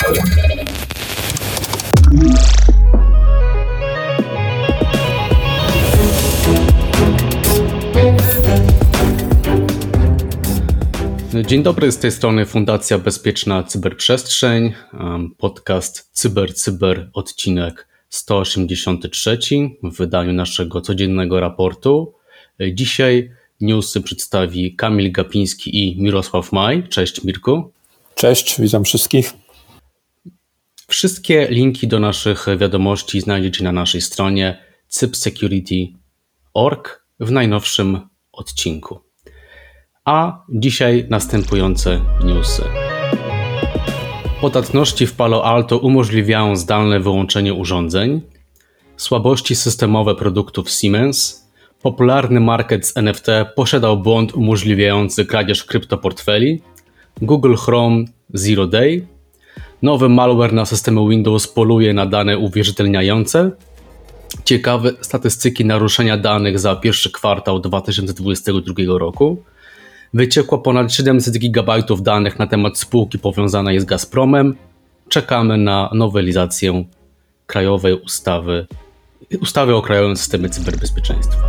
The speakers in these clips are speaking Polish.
Dzień dobry, z tej strony Fundacja Bezpieczna Cyberprzestrzeń, podcast Cyber, odcinek 183 w wydaniu naszego codziennego raportu. Dzisiaj newsy przedstawi Kamil Gapiński i Mirosław Maj. Cześć Mirku. Cześć, witam wszystkich. Wszystkie linki do naszych wiadomości znajdziecie na naszej stronie cybersecurity.org w najnowszym odcinku. A dzisiaj następujące newsy. Podatności w Palo Alto umożliwiają zdalne wyłączenie urządzeń. Słabości systemowe produktów Siemens. Popularny market z NFT posiadał błąd umożliwiający kradzież kryptoportfeli. Google Chrome Zero Day. Nowy malware na systemy Windows poluje na dane uwierzytelniające. Ciekawe statystyki naruszenia danych za pierwszy kwartał 2022 roku. Wyciekło ponad 700 GB danych na temat spółki powiązanej z Gazpromem. Czekamy na nowelizację krajowej ustawy o krajowym systemie cyberbezpieczeństwa.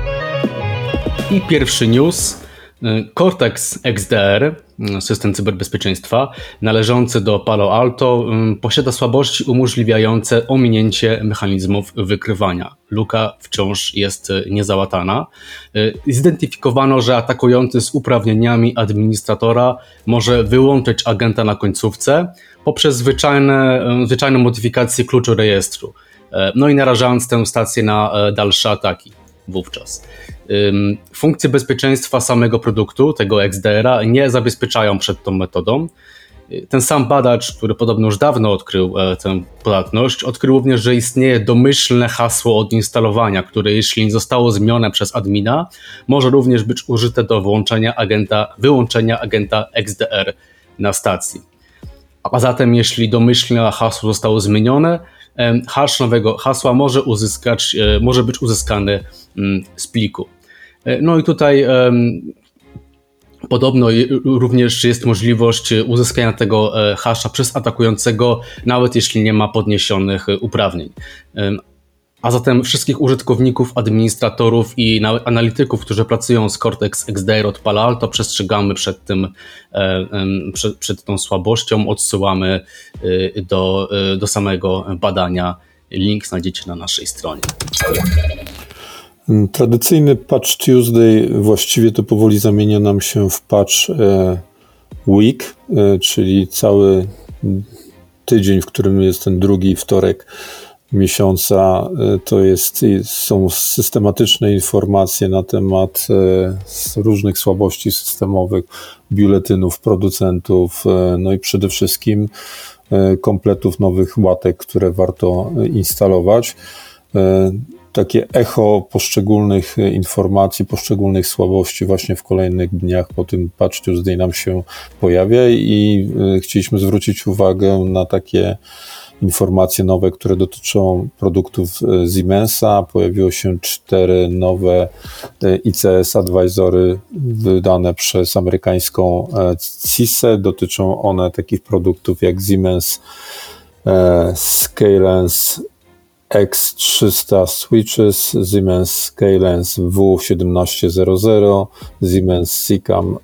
I pierwszy news. Cortex XDR, system cyberbezpieczeństwa należący do Palo Alto, posiada słabości umożliwiające ominięcie mechanizmów wykrywania. Luka wciąż jest niezałatana. Zidentyfikowano, że atakujący z uprawnieniami administratora może wyłączyć agenta na końcówce poprzez zwyczajną modyfikację kluczu rejestru, no i narażając tę stację na dalsze ataki wówczas. Funkcje bezpieczeństwa samego produktu, tego XDR-a, nie zabezpieczają przed tą metodą. Ten sam badacz, który podobno już dawno odkrył tę podatność, odkrył również, że istnieje domyślne hasło od instalowania, które jeśli nie zostało zmienione przez admina, może również być użyte do wyłączenia agenta XDR na stacji. A zatem jeśli domyślne hasło zostało zmienione, hash nowego hasła może być uzyskany z pliku. No i tutaj podobno również jest możliwość uzyskania tego hasza przez atakującego, nawet jeśli nie ma podniesionych uprawnień. A zatem wszystkich użytkowników, administratorów i analityków, którzy pracują z Cortex XDR od Palo Alto, przestrzegamy przed tą słabością, odsyłamy do samego badania. Link znajdziecie na naszej stronie. Tradycyjny Patch Tuesday właściwie to powoli zamienia nam się w Patch Week, czyli cały tydzień, w którym jest ten drugi wtorek miesiąca, są systematyczne informacje na temat różnych słabości systemowych, biuletynów producentów, no i przede wszystkim kompletów nowych łatek, które warto instalować. Takie echo poszczególnych informacji, poszczególnych słabości właśnie w kolejnych dniach po tym Patch Tuesday nam się pojawia i chcieliśmy zwrócić uwagę na takie informacje nowe, które dotyczą produktów Siemensa. Pojawiło się 4 nowe ICS Advisory wydane przez amerykańską CISA. Dotyczą one takich produktów jak Siemens Scalence X300 Switches, Siemens Scalence W1700, Siemens SICAM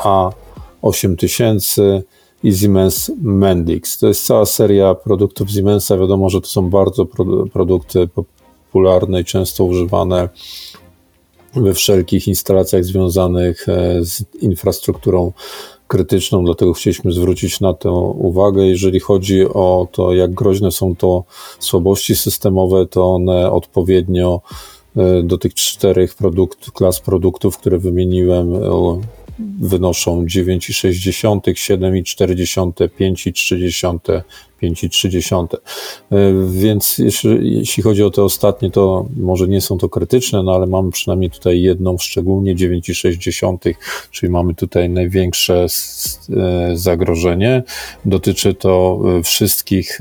A8000 i Siemens Mendix. To jest cała seria produktów Siemensa. Wiadomo, że to są bardzo produkty popularne i często używane we wszelkich instalacjach związanych z infrastrukturą krytyczną, dlatego chcieliśmy zwrócić na to uwagę. Jeżeli chodzi o to, jak groźne są to słabości systemowe, to one odpowiednio do tych 4 klas produktów, które wymieniłem, wynoszą 9,6, 7,4, 5,3, 5,3. Więc jeśli chodzi o te ostatnie, to może nie są to krytyczne, no ale mamy przynajmniej tutaj jedną szczególnie 9,6, czyli mamy tutaj największe zagrożenie. Dotyczy to wszystkich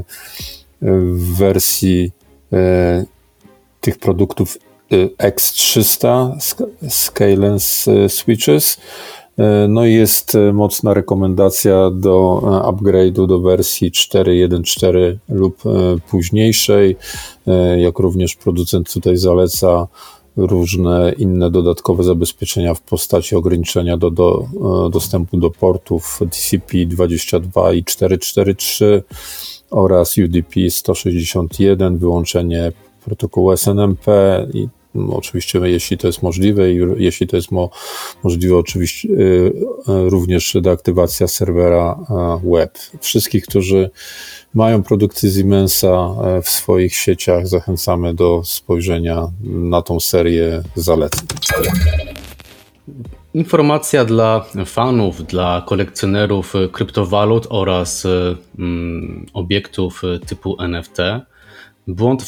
wersji tych produktów X300 Scalence Switches. No i jest mocna rekomendacja do upgrade'u do wersji 4.1.4 lub późniejszej, jak również producent tutaj zaleca różne inne dodatkowe zabezpieczenia w postaci ograniczenia do dostępu do portów TCP/22 i 443 oraz UDP 161, wyłączenie protokołu SNMP i oczywiście jeśli to jest możliwe i jeśli to jest możliwe oczywiście również deaktywacja serwera web. Wszystkich, którzy mają produkty Siemensa w swoich sieciach, zachęcamy do spojrzenia na tą serię zaleceń. Informacja dla fanów, dla kolekcjonerów kryptowalut oraz obiektów typu NFT. Błąd w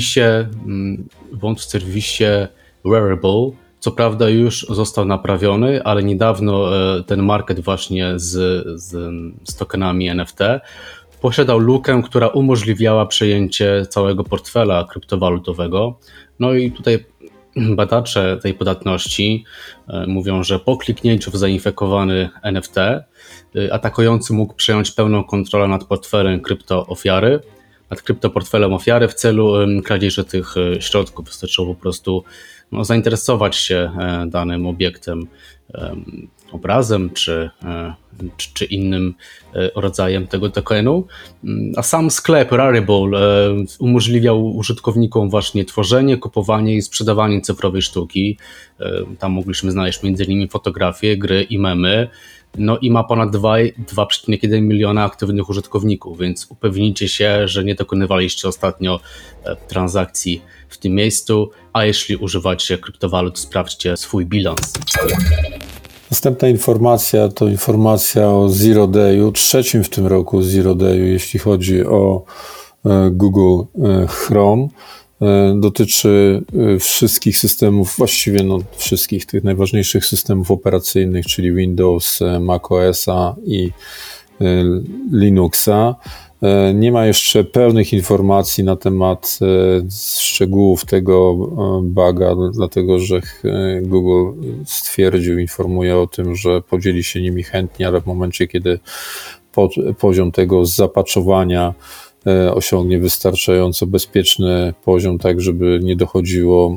serwisie Rarible, co prawda już został naprawiony, ale niedawno ten market właśnie z tokenami NFT posiadał lukę, która umożliwiała przejęcie całego portfela kryptowalutowego. No i tutaj badacze tej podatności mówią, że po kliknięciu w zainfekowany NFT atakujący mógł przejąć pełną kontrolę nad kryptoportfelem ofiary w celu kradzieży tych środków. Wystarczyło po prostu zainteresować się danym obiektem, obrazem czy innym rodzajem tego tokenu. A sam sklep Rarible umożliwiał użytkownikom właśnie tworzenie, kupowanie i sprzedawanie cyfrowej sztuki. Tam mogliśmy znaleźć m.in. fotografie, gry i memy. No i ma ponad 2,1 miliona aktywnych użytkowników, więc upewnijcie się, że nie dokonywaliście ostatnio transakcji w tym miejscu, a jeśli używacie kryptowalut, sprawdźcie swój bilans. Następna informacja to informacja o Zero Day'u, trzecim w tym roku Zero Day'u, jeśli chodzi o Google Chrome. Dotyczy wszystkich systemów, właściwie wszystkich tych najważniejszych systemów operacyjnych, czyli Windows, macOSa i Linuxa. Nie ma jeszcze pełnych informacji na temat szczegółów tego buga, dlatego że Google informuje o tym, że podzieli się nimi chętnie, ale w momencie, kiedy poziom tego zapatchowania osiągnie wystarczająco bezpieczny poziom, tak żeby nie dochodziło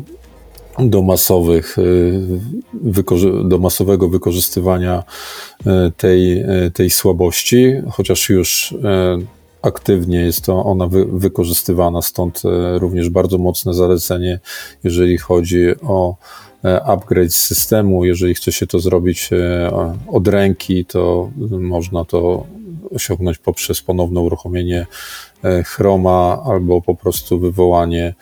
do masowego wykorzystywania tej słabości, chociaż już aktywnie jest ona wykorzystywana, stąd również bardzo mocne zalecenie, jeżeli chodzi o upgrade systemu. Jeżeli chce się to zrobić od ręki, to można to osiągnąć poprzez ponowne uruchomienie Chroma albo po prostu wywołanie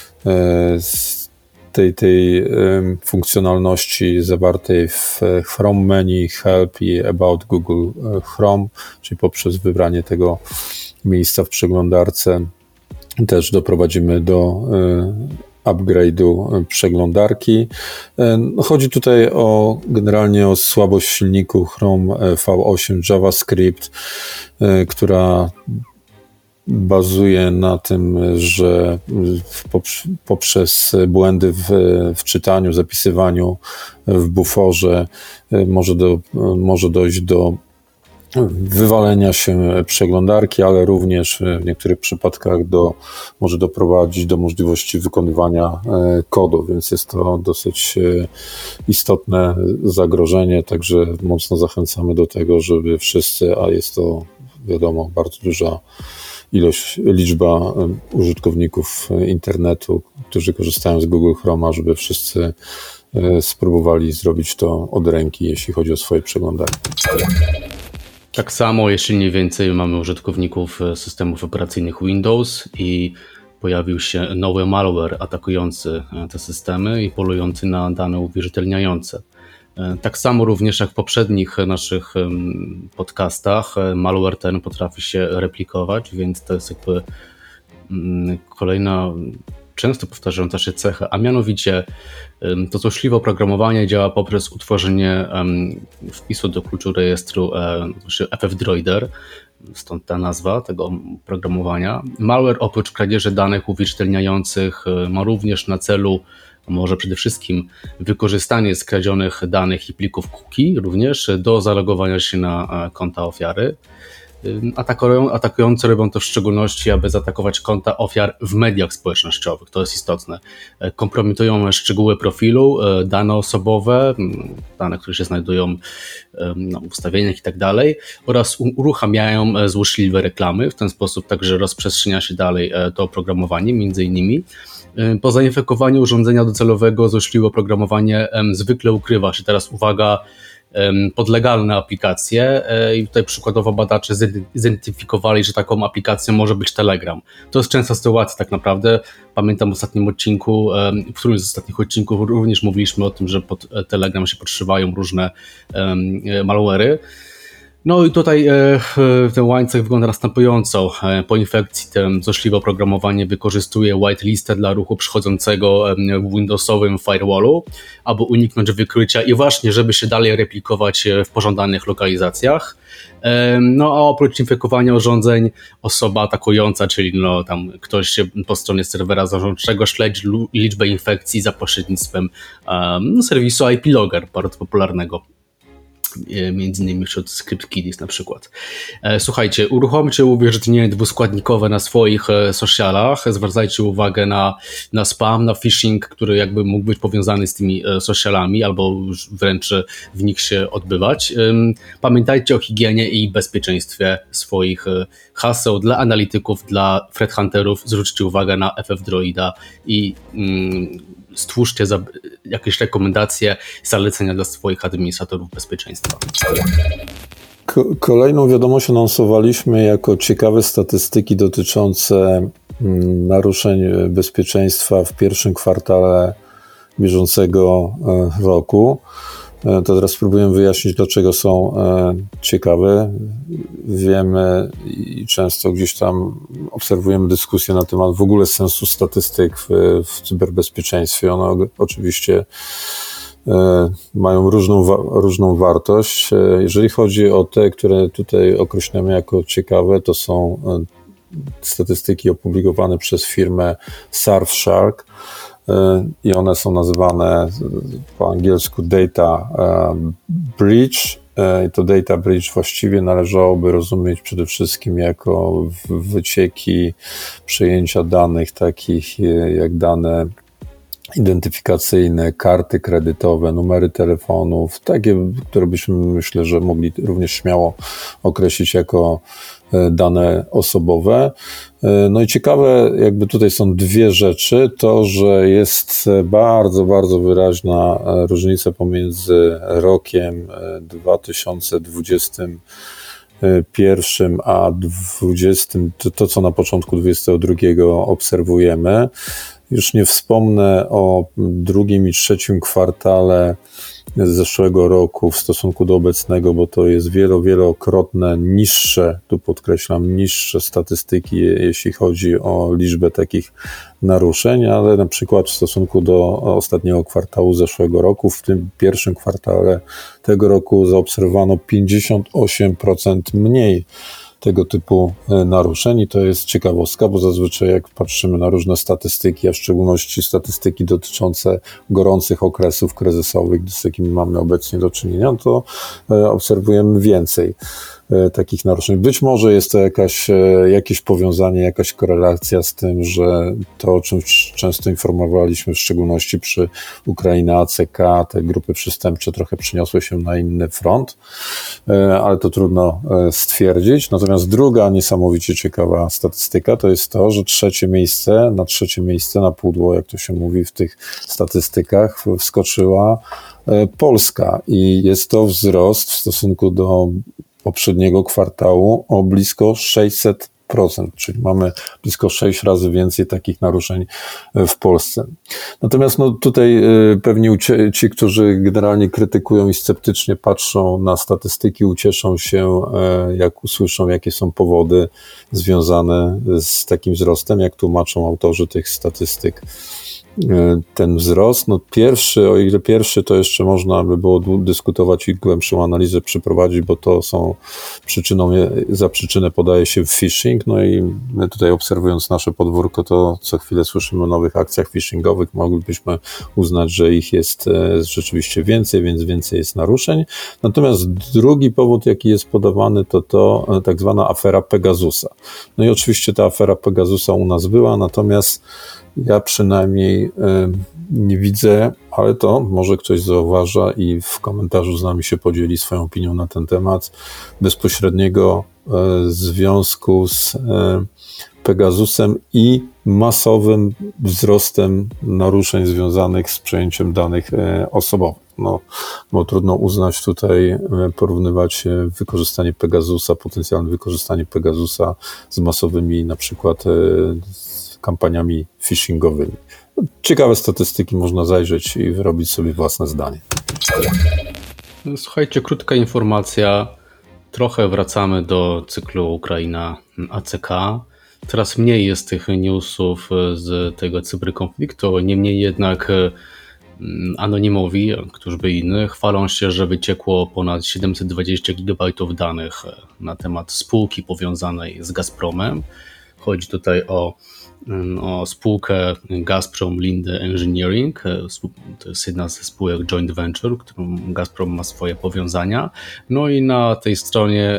tej funkcjonalności zawartej w Chrome Menu, Help i About Google Chrome, czyli poprzez wybranie tego miejsca w przeglądarce też doprowadzimy do upgrade'u przeglądarki. Chodzi tutaj generalnie o słabość silniku Chrome V8 JavaScript, która bazuje na tym, że poprzez błędy w czytaniu, zapisywaniu w buforze może dojść do wywalenia się przeglądarki, ale również w niektórych przypadkach może doprowadzić do możliwości wykonywania kodu, więc jest to dosyć istotne zagrożenie, także mocno zachęcamy do tego, żeby wszyscy, a jest to wiadomo bardzo duża liczba użytkowników internetu, którzy korzystają z Google Chroma, żeby wszyscy spróbowali zrobić to od ręki, jeśli chodzi o swoje przeglądarki. Tak samo, jeśli nie więcej, mamy użytkowników systemów operacyjnych Windows i pojawił się nowy malware atakujący te systemy i polujący na dane uwierzytelniające. Tak samo również jak w poprzednich naszych podcastach, malware ten potrafi się replikować, więc to jest jakby kolejna często powtarzająca się cecha, a mianowicie to złośliwe oprogramowanie działa poprzez utworzenie wpisu do kluczu rejestru FFDroider, stąd ta nazwa tego oprogramowania. Malware oprócz kradzieży danych uwierzytelniających ma również na celu a może przede wszystkim wykorzystanie skradzionych danych i plików cookie również do zalogowania się na konta ofiary. Atakujący robią to w szczególności, aby zaatakować konta ofiar w mediach społecznościowych, to jest istotne. Kompromitują szczegóły profilu, dane osobowe, dane, które się znajdują w ustawieniach i tak dalej, oraz uruchamiają złośliwe reklamy. W ten sposób także rozprzestrzenia się dalej to oprogramowanie, między innymi. Po zainfekowaniu urządzenia docelowego złośliwe oprogramowanie zwykle ukrywa się, teraz uwaga, pod legalne aplikacje i tutaj przykładowo badacze zidentyfikowali, że taką aplikacją może być Telegram. To jest częsta sytuacja tak naprawdę. Pamiętam w ostatnim odcinku, w którymś z ostatnich odcinków również mówiliśmy o tym, że pod Telegram się podszywają różne malware'y. No i tutaj ten łańcuch wygląda następująco. Po infekcji to złośliwe oprogramowanie wykorzystuje whitelistę dla ruchu przechodzącego w Windowsowym firewallu, aby uniknąć wykrycia i właśnie, żeby się dalej replikować w pożądanych lokalizacjach. No a oprócz infekowania urządzeń, osoba atakująca, czyli tam ktoś po stronie serwera zarządczego śledzi liczbę infekcji za pośrednictwem serwisu IP Logger, bardzo popularnego. Między innymi wśród ScriptKiddies na przykład. Słuchajcie, uruchomcie uwierzytelnienie dwuskładnikowe na swoich socialach, zwracajcie uwagę na spam, na phishing, który jakby mógł być powiązany z tymi socialami albo wręcz w nich się odbywać. Pamiętajcie o higienie i bezpieczeństwie swoich haseł dla analityków, dla threat hunterów, zwróćcie uwagę na FF-Droida i stwórzcie jakieś rekomendacje, zalecenia dla swoich administratorów bezpieczeństwa. Kolejną wiadomość anonsowaliśmy jako ciekawe statystyki dotyczące naruszeń bezpieczeństwa w pierwszym kwartale bieżącego roku. To teraz spróbuję wyjaśnić, dlaczego są ciekawe. Wiemy i często gdzieś tam obserwujemy dyskusję na temat w ogóle sensu statystyk w cyberbezpieczeństwie. One oczywiście mają różną wartość. Jeżeli chodzi o te, które tutaj określamy jako ciekawe, to są statystyki opublikowane przez firmę Surfshark. I one są nazywane po angielsku data breach. I to data breach właściwie należałoby rozumieć przede wszystkim jako wycieki, przejęcia danych takich jak dane identyfikacyjne, karty kredytowe, numery telefonów, takie, które byśmy myślę, że mogli również śmiało określić jako dane osobowe. No i ciekawe, jakby tutaj są dwie rzeczy, to, że jest bardzo, bardzo wyraźna różnica pomiędzy rokiem 2021 a 2020, to co na początku 2022 obserwujemy. Już nie wspomnę o drugim i trzecim kwartale z zeszłego roku w stosunku do obecnego, bo to jest wielokrotne niższe, tu podkreślam, niższe statystyki, jeśli chodzi o liczbę takich naruszeń, ale na przykład w stosunku do ostatniego kwartału zeszłego roku, w tym pierwszym kwartale tego roku zaobserwowano 58% mniej tego typu naruszeń i to jest ciekawostka, bo zazwyczaj jak patrzymy na różne statystyki, a w szczególności statystyki dotyczące gorących okresów kryzysowych, z jakimi mamy obecnie do czynienia, to obserwujemy więcej takich naruszeń. Być może jest to jakieś powiązanie, jakaś korelacja z tym, że to, o czym często informowaliśmy, w szczególności przy Ukrainie ACK, te grupy przestępcze trochę przeniosły się na inny front, ale to trudno stwierdzić. Natomiast druga niesamowicie ciekawa statystyka to jest to, że na trzecie miejsce na pudło, jak to się mówi w tych statystykach, wskoczyła Polska i jest to wzrost w stosunku do poprzedniego kwartału o blisko 600%, czyli mamy blisko 6 razy więcej takich naruszeń w Polsce. Natomiast tutaj pewnie ci, którzy generalnie krytykują i sceptycznie patrzą na statystyki, ucieszą się, jak usłyszą, jakie są powody związane z takim wzrostem, jak tłumaczą autorzy tych statystyk ten wzrost. No o ile pierwszy, to jeszcze można by było dyskutować i głębszą analizę przeprowadzić, bo to są za przyczynę podaje się phishing, no i my tutaj obserwując nasze podwórko, to co chwilę słyszymy o nowych akcjach phishingowych, moglibyśmy uznać, że ich jest rzeczywiście więcej, więc więcej jest naruszeń. Natomiast drugi powód, jaki jest podawany, to tak zwana afera Pegasusa. No i oczywiście ta afera Pegasusa u nas była, natomiast ja przynajmniej nie widzę, ale to może ktoś zauważa i w komentarzu z nami się podzieli swoją opinią na ten temat, bezpośredniego związku z Pegasusem i masowym wzrostem naruszeń związanych z przejęciem danych osobowych. No, bo trudno uznać tutaj, porównywać wykorzystanie Pegasusa, potencjalne wykorzystanie Pegasusa z masowymi na przykład kampaniami phishingowymi. Ciekawe statystyki, można zajrzeć i wyrobić sobie własne zdanie. Słuchajcie, krótka informacja. Trochę wracamy do cyklu Ukraina ACK. Coraz mniej jest tych newsów z tego cyberkonfliktu, niemniej jednak anonimowi, którzy by inni, chwalą się, że wyciekło ponad 720 GB danych na temat spółki powiązanej z Gazpromem. Chodzi tutaj o spółkę Gazprom Linde Engineering. To jest jedna ze spółek joint venture, którą Gazprom ma swoje powiązania. No i na tej stronie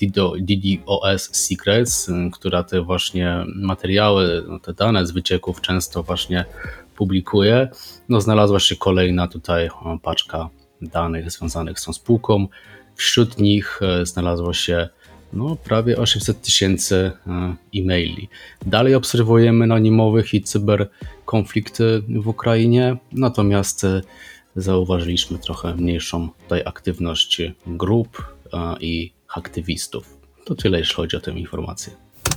DDoS Secrets, która te właśnie materiały, te dane z wycieków często właśnie publikuje, no znalazła się kolejna tutaj paczka danych związanych z tą spółką. Wśród nich znalazło się prawie 800 000 e-maili. Dalej obserwujemy anonimowych i cyberkonflikty w Ukrainie, natomiast zauważyliśmy trochę mniejszą tutaj aktywność grup i aktywistów. To tyle, jeśli chodzi o tę informację.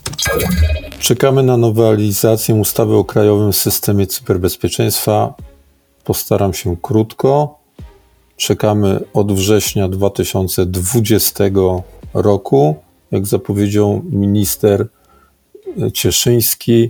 Czekamy na nowelizację ustawy o krajowym systemie cyberbezpieczeństwa. Postaram się krótko. Czekamy od września 2020 roku. Jak zapowiedział minister Cieszyński,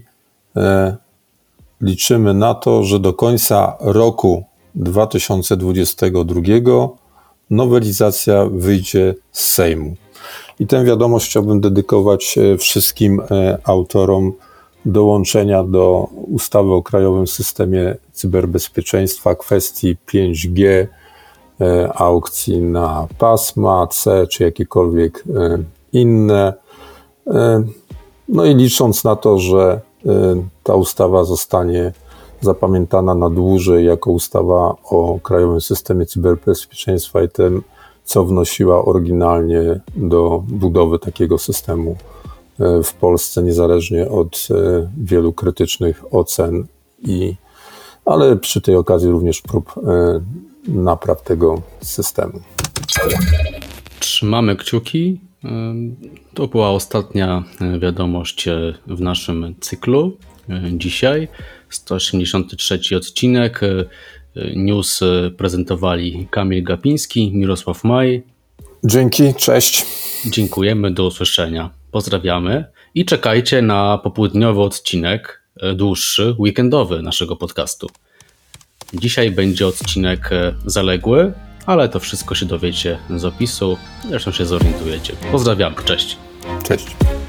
liczymy na to, że do końca roku 2022 nowelizacja wyjdzie z Sejmu. I tę wiadomość chciałbym dedykować wszystkim autorom dołączenia do ustawy o krajowym systemie cyberbezpieczeństwa kwestii 5G, aukcji na pasma C czy jakiekolwiek inne. No i licząc na to, że ta ustawa zostanie zapamiętana na dłużej jako ustawa o krajowym systemie cyberbezpieczeństwa i tym, co wnosiła oryginalnie do budowy takiego systemu w Polsce, niezależnie od wielu krytycznych ocen, ale przy tej okazji również prób napraw tego systemu. Trzymamy kciuki. To była ostatnia wiadomość w naszym cyklu. Dzisiaj 183 odcinek. News prezentowali Kamil Gapiński, Mirosław Maj. Dzięki, cześć. Dziękujemy, do usłyszenia. Pozdrawiamy i czekajcie na popołudniowy odcinek, dłuższy, weekendowy naszego podcastu. Dzisiaj będzie odcinek zaległy, ale to wszystko się dowiecie z opisu, zresztą się zorientujecie. Pozdrawiam, cześć. Cześć.